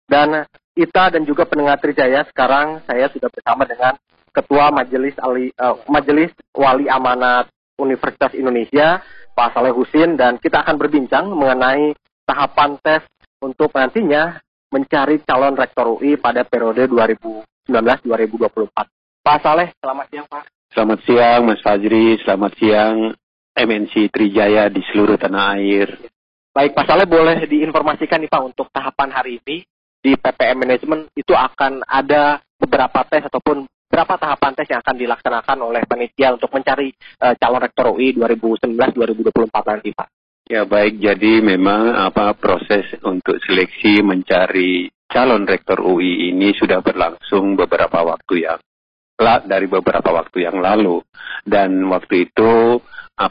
Dan Ita dan juga pendengar Trijaya, sekarang saya sudah bersama dengan Ketua Majelis Wali Amanat Universitas Indonesia, Pak Saleh Husin, dan kita akan berbincang mengenai tahapan tes untuk nantinya mencari calon rektor UI pada periode 2019-2024. Pak Saleh, selamat siang Pak. Selamat siang Mas Fajri, selamat siang MNC Trijaya di seluruh tanah air. Baik Pak Saleh, boleh diinformasikan nih Pak untuk tahapan hari ini di PPM Management itu akan ada beberapa tes ataupun berapa tahapan tes yang akan dilaksanakan oleh panitia untuk mencari calon rektor UI 2019-2024 nanti Pak. Ya baik, jadi memang proses untuk seleksi mencari calon rektor UI ini sudah berlangsung beberapa waktu yang lalu, dan waktu itu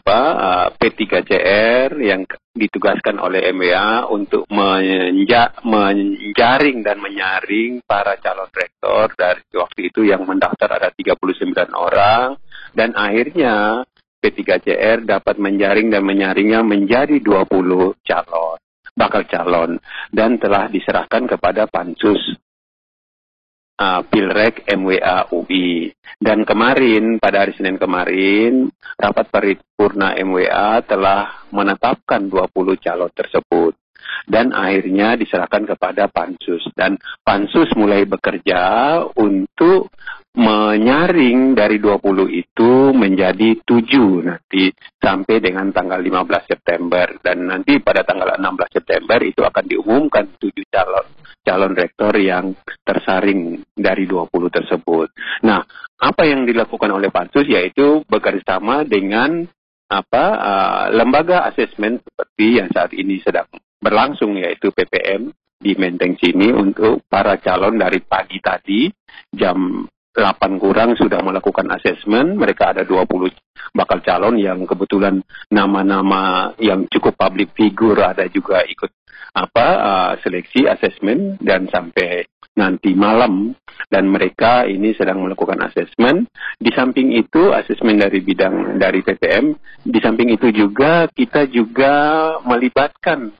P3CR yang ditugaskan oleh MWA untuk menjaring dan menyaring para calon rektor dari waktu itu yang mendaftar ada 39 orang, dan akhirnya P3CR dapat menjaring dan menyaringnya menjadi 20 bakal calon, dan telah diserahkan kepada Pansus Pilrek MWA UI. Dan kemarin, pada hari Senin kemarin, rapat paripurna MWA telah menetapkan 20 calon tersebut. Dan akhirnya diserahkan kepada Pansus. Dan Pansus mulai bekerja untuk menyaring dari 20 itu menjadi 7 nanti sampai dengan tanggal 15 September. Dan nanti pada tanggal 16 September itu akan diumumkan 7 calon rektor yang tersaring dari 20 tersebut. Nah, apa yang dilakukan oleh Pansus yaitu bekerjasama dengan lembaga asesmen seperti yang saat ini sedang berlangsung, yaitu PPM di Menteng sini, untuk para calon dari pagi tadi jam 8 kurang sudah melakukan asesmen. Mereka ada 20 bakal calon yang kebetulan nama-nama yang cukup public figure ada juga ikut seleksi asesmen, dan sampai nanti malam, dan mereka ini sedang melakukan asesmen. Di samping itu asesmen dari PPM, di samping itu juga kita juga melibatkan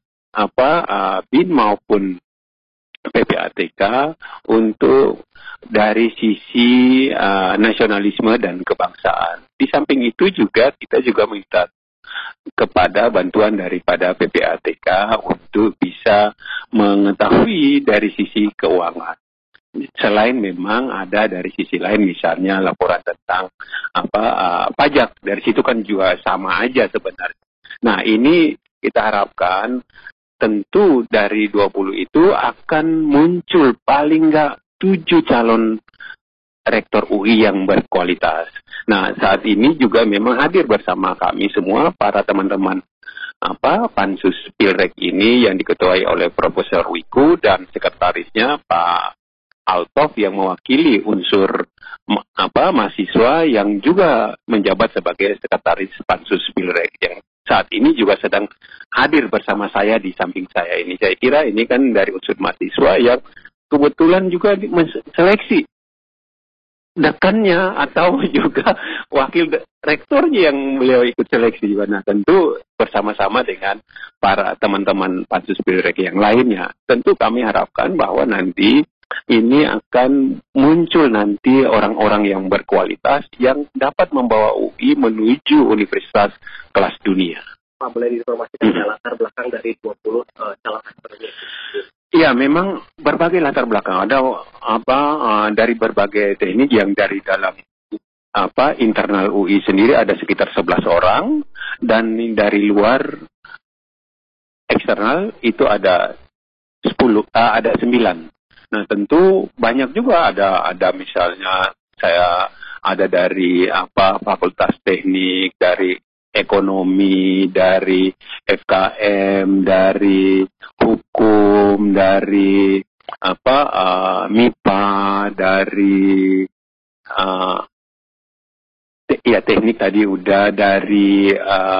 BIN maupun PPATK untuk dari sisi nasionalisme dan kebangsaan. Di samping itu juga kita juga minta kepada bantuan daripada PPATK untuk bisa mengetahui dari sisi keuangan. Selain memang ada dari sisi lain, misalnya laporan tentang pajak, dari situ kan juga sama aja sebenarnya. Nah, ini kita harapkan tentu dari 20 itu akan muncul paling nggak 7 calon rektor UI yang berkualitas. Nah, saat ini juga memang hadir bersama kami semua para teman-teman Pansus Pilrek ini yang diketuai oleh Profesor Wiku dan sekretarisnya Pak Altof yang mewakili unsur mahasiswa yang juga menjabat sebagai sekretaris Pansus Pilrek yang saat ini juga sedang hadir bersama saya di samping saya ini. Saya kira ini kan dari unsur mahasiswa yang kebetulan juga seleksi dekannya atau juga wakil rektornya yang beliau ikut seleksi juga. Nah, tentu bersama-sama dengan para teman-teman Pansus Pilrek yang lainnya. Tentu kami harapkan bahwa nanti ini akan muncul nanti orang-orang yang berkualitas yang dapat membawa UI menuju universitas kelas dunia. Pak, boleh diinformasikan latar belakang dari 20 calon rektor ini? Ya, memang berbagai latar belakang. Ada dari berbagai teknik yang dari dalam internal UI sendiri ada sekitar 11 orang, dan dari luar eksternal itu ada 9. Nah, tentu banyak juga ada misalnya saya ada dari Fakultas Teknik, dari Ekonomi, dari FKM, dari Hukum, dari MIPA, dari teknik tadi udah, dari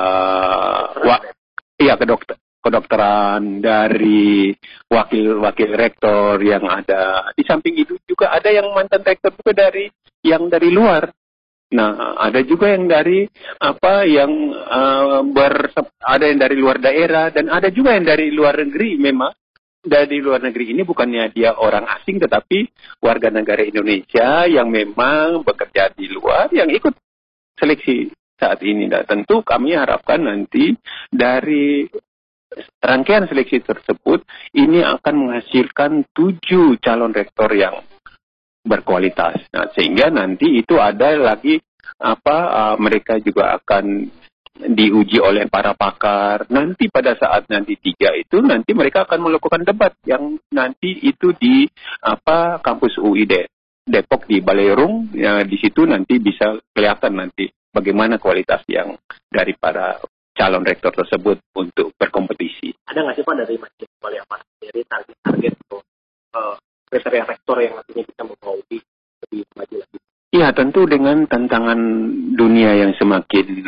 kedokteran, dari wakil rektor yang ada. Di samping itu juga ada yang mantan rektor juga dari luar. Nah, ada juga yang dari ada yang dari luar daerah, dan ada juga yang dari luar negeri memang. dari luar negeri ini bukannya dia orang asing, tetapi warga negara Indonesia yang memang bekerja di luar yang ikut seleksi saat ini. Dan tentu kami harapkan nanti dari rangkaian seleksi tersebut ini akan menghasilkan 7 calon rektor yang berkualitas. Nah, sehingga nanti itu ada lagi mereka juga akan diuji oleh para pakar. Nanti pada saat nanti 3 itu nanti mereka akan melakukan debat yang nanti itu di kampus UI Depok di Balerung. Ya, di situ nanti bisa kelihatan nanti bagaimana kualitas yang dari para calon rektor tersebut untuk berkompetisi. Ada nggak sih Pak dari Majelis Wali Amanat sendiri target atau kriteria rektor yang nantinya bisa membawa UI lebih maju lagi? Ya, tentu dengan tantangan dunia yang semakin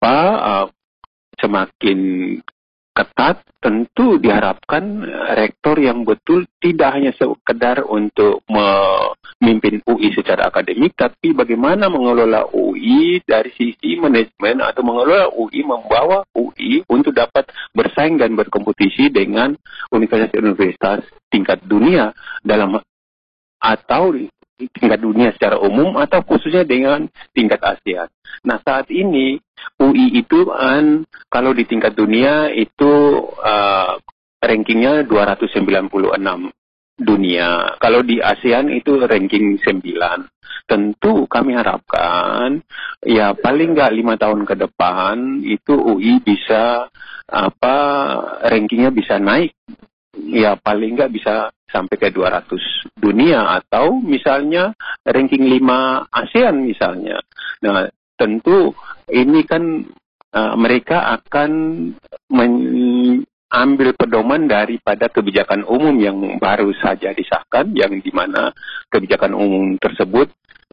semakin ketat, tentu diharapkan rektor yang betul tidak hanya sekedar untuk memimpin UI secara akademik, tapi bagaimana mengelola UI dari sisi manajemen atau mengelola UI, membawa UI untuk dapat bersaing dan berkompetisi dengan universitas-universitas tingkat dunia atau tingkat dunia secara umum atau khususnya dengan tingkat ASEAN. Nah, saat ini UI itu kalau di tingkat dunia itu rankingnya 296 dunia. Kalau di ASEAN itu ranking 9. Tentu kami harapkan ya paling nggak 5 tahun ke depan itu UI bisa rankingnya bisa naik. Ya paling nggak bisa sampai ke 200 dunia atau misalnya ranking 5 ASEAN misalnya. Nah, tentu ini kan mereka akan mengambil pedoman daripada kebijakan umum yang baru saja disahkan, yang dimana kebijakan umum tersebut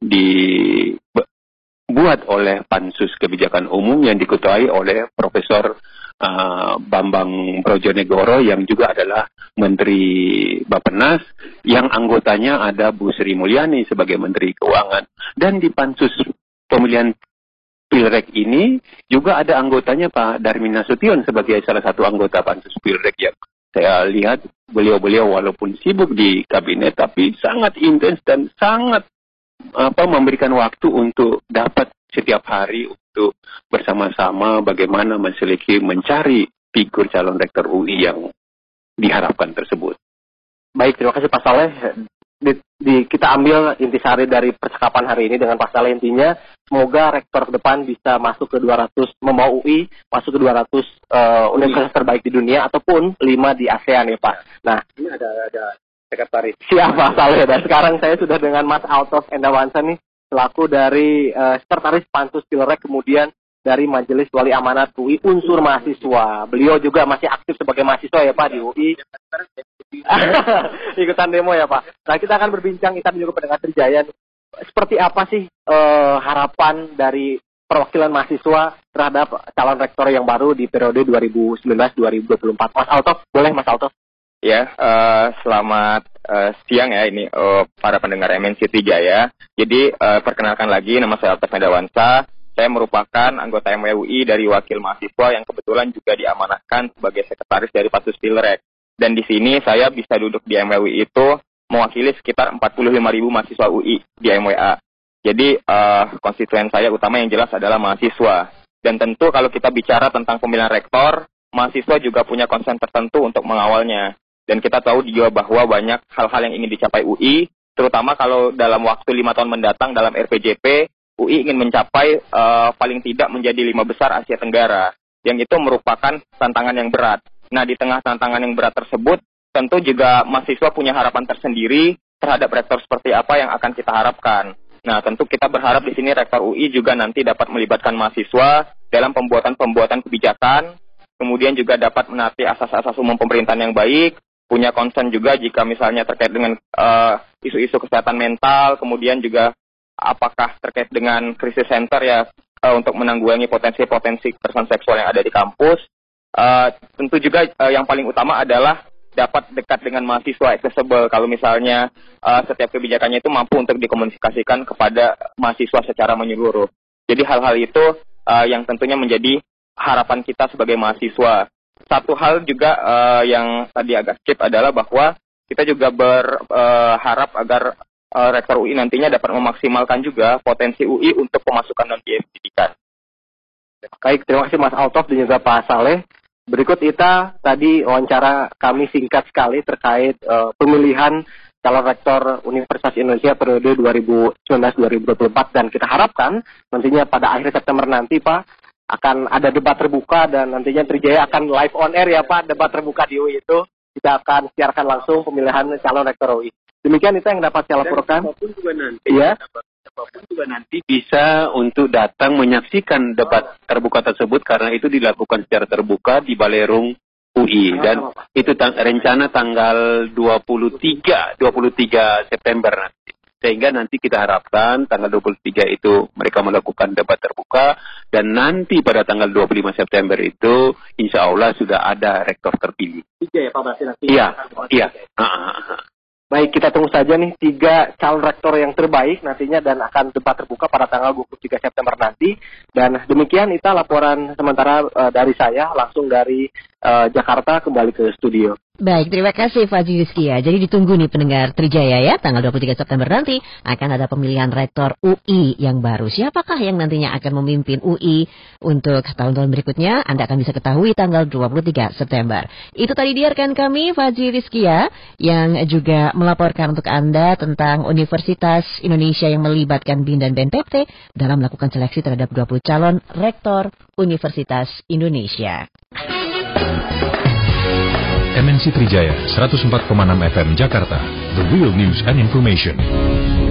dibuat oleh Pansus Kebijakan Umum yang diketuai oleh Profesor Bambang Brojonegoro yang juga adalah Menteri Bappenas, yang anggotanya ada Bu Sri Mulyani sebagai Menteri Keuangan. Dan di Pansus Pemilihan Pilrek ini juga ada anggotanya Pak Darmin Nasution sebagai salah satu anggota Pansus Pilrek yang saya lihat beliau walaupun sibuk di kabinet tapi sangat intens dan sangat memberikan waktu untuk dapat setiap hari untuk bersama-sama bagaimana mencari figur calon rektor UI yang diharapkan tersebut. Baik, terima kasih Pak Saleh. Kita ambil intisari dari percakapan hari ini dengan Pak Saleh, intinya semoga rektor ke depan bisa masuk ke 200, membawa UI masuk ke 200 universitas terbaik di dunia ataupun 5 di ASEAN ya Pak. Nah, ini ada sekretaris. Siapa Saleh? Dan sekarang saya sudah dengan Mas Altos Endawansa nih, selaku dari sekretaris Pansus Pilrek, kemudian dari Majelis Wali Amanat UI unsur mahasiswa. Beliau juga masih aktif sebagai mahasiswa ya Pak di UI. Ikutan demo ya Pak. Nah, kita akan berbincang, kita juga pendengar Trijaya. Seperti apa sih harapan dari perwakilan mahasiswa terhadap calon rektor yang baru di periode 2019-2024? Mas Altos, boleh Mas Altos? Ya, selamat siang ya ini para pendengar MNC Trijaya. Jadi perkenalkan lagi, nama saya Altos Endawansa. Saya merupakan anggota MWUI dari wakil mahasiswa yang kebetulan juga diamanahkan sebagai sekretaris dari Pansus Pilrek. Dan di sini saya bisa duduk di MWUI itu mewakili sekitar 45.000 mahasiswa UI di MWA. Jadi konstituen saya utama yang jelas adalah mahasiswa. Dan tentu kalau kita bicara tentang pemilihan rektor, mahasiswa juga punya konsen tertentu untuk mengawalnya. Dan kita tahu juga bahwa banyak hal-hal yang ingin dicapai UI, terutama kalau dalam waktu 5 tahun mendatang dalam RPJP, UI ingin mencapai paling tidak menjadi 5 besar Asia Tenggara, yang itu merupakan tantangan yang berat. Nah, di tengah tantangan yang berat tersebut, tentu juga mahasiswa punya harapan tersendiri terhadap rektor seperti apa yang akan kita harapkan. Nah, tentu kita berharap di sini rektor UI juga nanti dapat melibatkan mahasiswa dalam pembuatan kebijakan, kemudian juga dapat menaati asas-asas umum pemerintahan yang baik, punya concern juga jika misalnya terkait dengan isu-isu kesehatan mental, kemudian juga apakah terkait dengan krisis center ya untuk menanggulangi potensi-potensi kekerasan seksual yang ada di kampus. Tentu juga yang paling utama adalah dapat dekat dengan mahasiswa, accessible. Kalau misalnya setiap kebijakannya itu mampu untuk dikomunikasikan kepada mahasiswa secara menyeluruh. Jadi hal-hal itu yang tentunya menjadi harapan kita sebagai mahasiswa. satu hal juga yang tadi agak skip adalah bahwa kita juga berharap agar Rektor UI nantinya dapat memaksimalkan juga potensi UI untuk pemasukan non-biaya pendidikan. Baik, terima kasih Mas Altof dan juga Pak Saleh. Berikut kita tadi wawancara kami singkat sekali terkait pemilihan calon rektor Universitas Indonesia periode 2019-2024 dan kita harapkan nantinya pada akhir September nanti Pak akan ada debat terbuka dan nantinya Trijaya akan live on air ya Pak, debat terbuka di UI itu kita akan siarkan langsung pemilihan calon rektor UI. Demikian itu yang dapat saya laporkan. Siapapun juga nanti bisa untuk datang menyaksikan debat terbuka tersebut karena itu dilakukan secara terbuka di Balerung UI dan itu rencana tanggal 23 September nanti. Sehingga nanti kita harapkan tanggal 23 itu mereka melakukan debat terbuka dan nanti pada tanggal 25 September itu insya Allah sudah ada rektor terpilih. 3 ya Pak berarti nanti? Iya. Baik, kita tunggu saja nih 3 calon rektor yang terbaik nantinya dan akan debat terbuka pada tanggal 23 September nanti. Dan demikian itu laporan sementara dari saya langsung dari Jakarta kembali ke studio. Baik, terima kasih Fadzi Rizkia. Jadi ditunggu nih pendengar Trijaya ya, tanggal 23 September nanti akan ada pemilihan rektor UI yang baru. Siapakah yang nantinya akan memimpin UI untuk tahun-tahun berikutnya? Anda akan bisa ketahui tanggal 23 September. Itu tadi diarkan kami Fadzi Rizkia yang juga melaporkan untuk Anda tentang Universitas Indonesia yang melibatkan BIN dan BNPT dalam melakukan seleksi terhadap 20 calon rektor Universitas Indonesia. MNC Trijaya 104,6 FM Jakarta, The Real News and Information.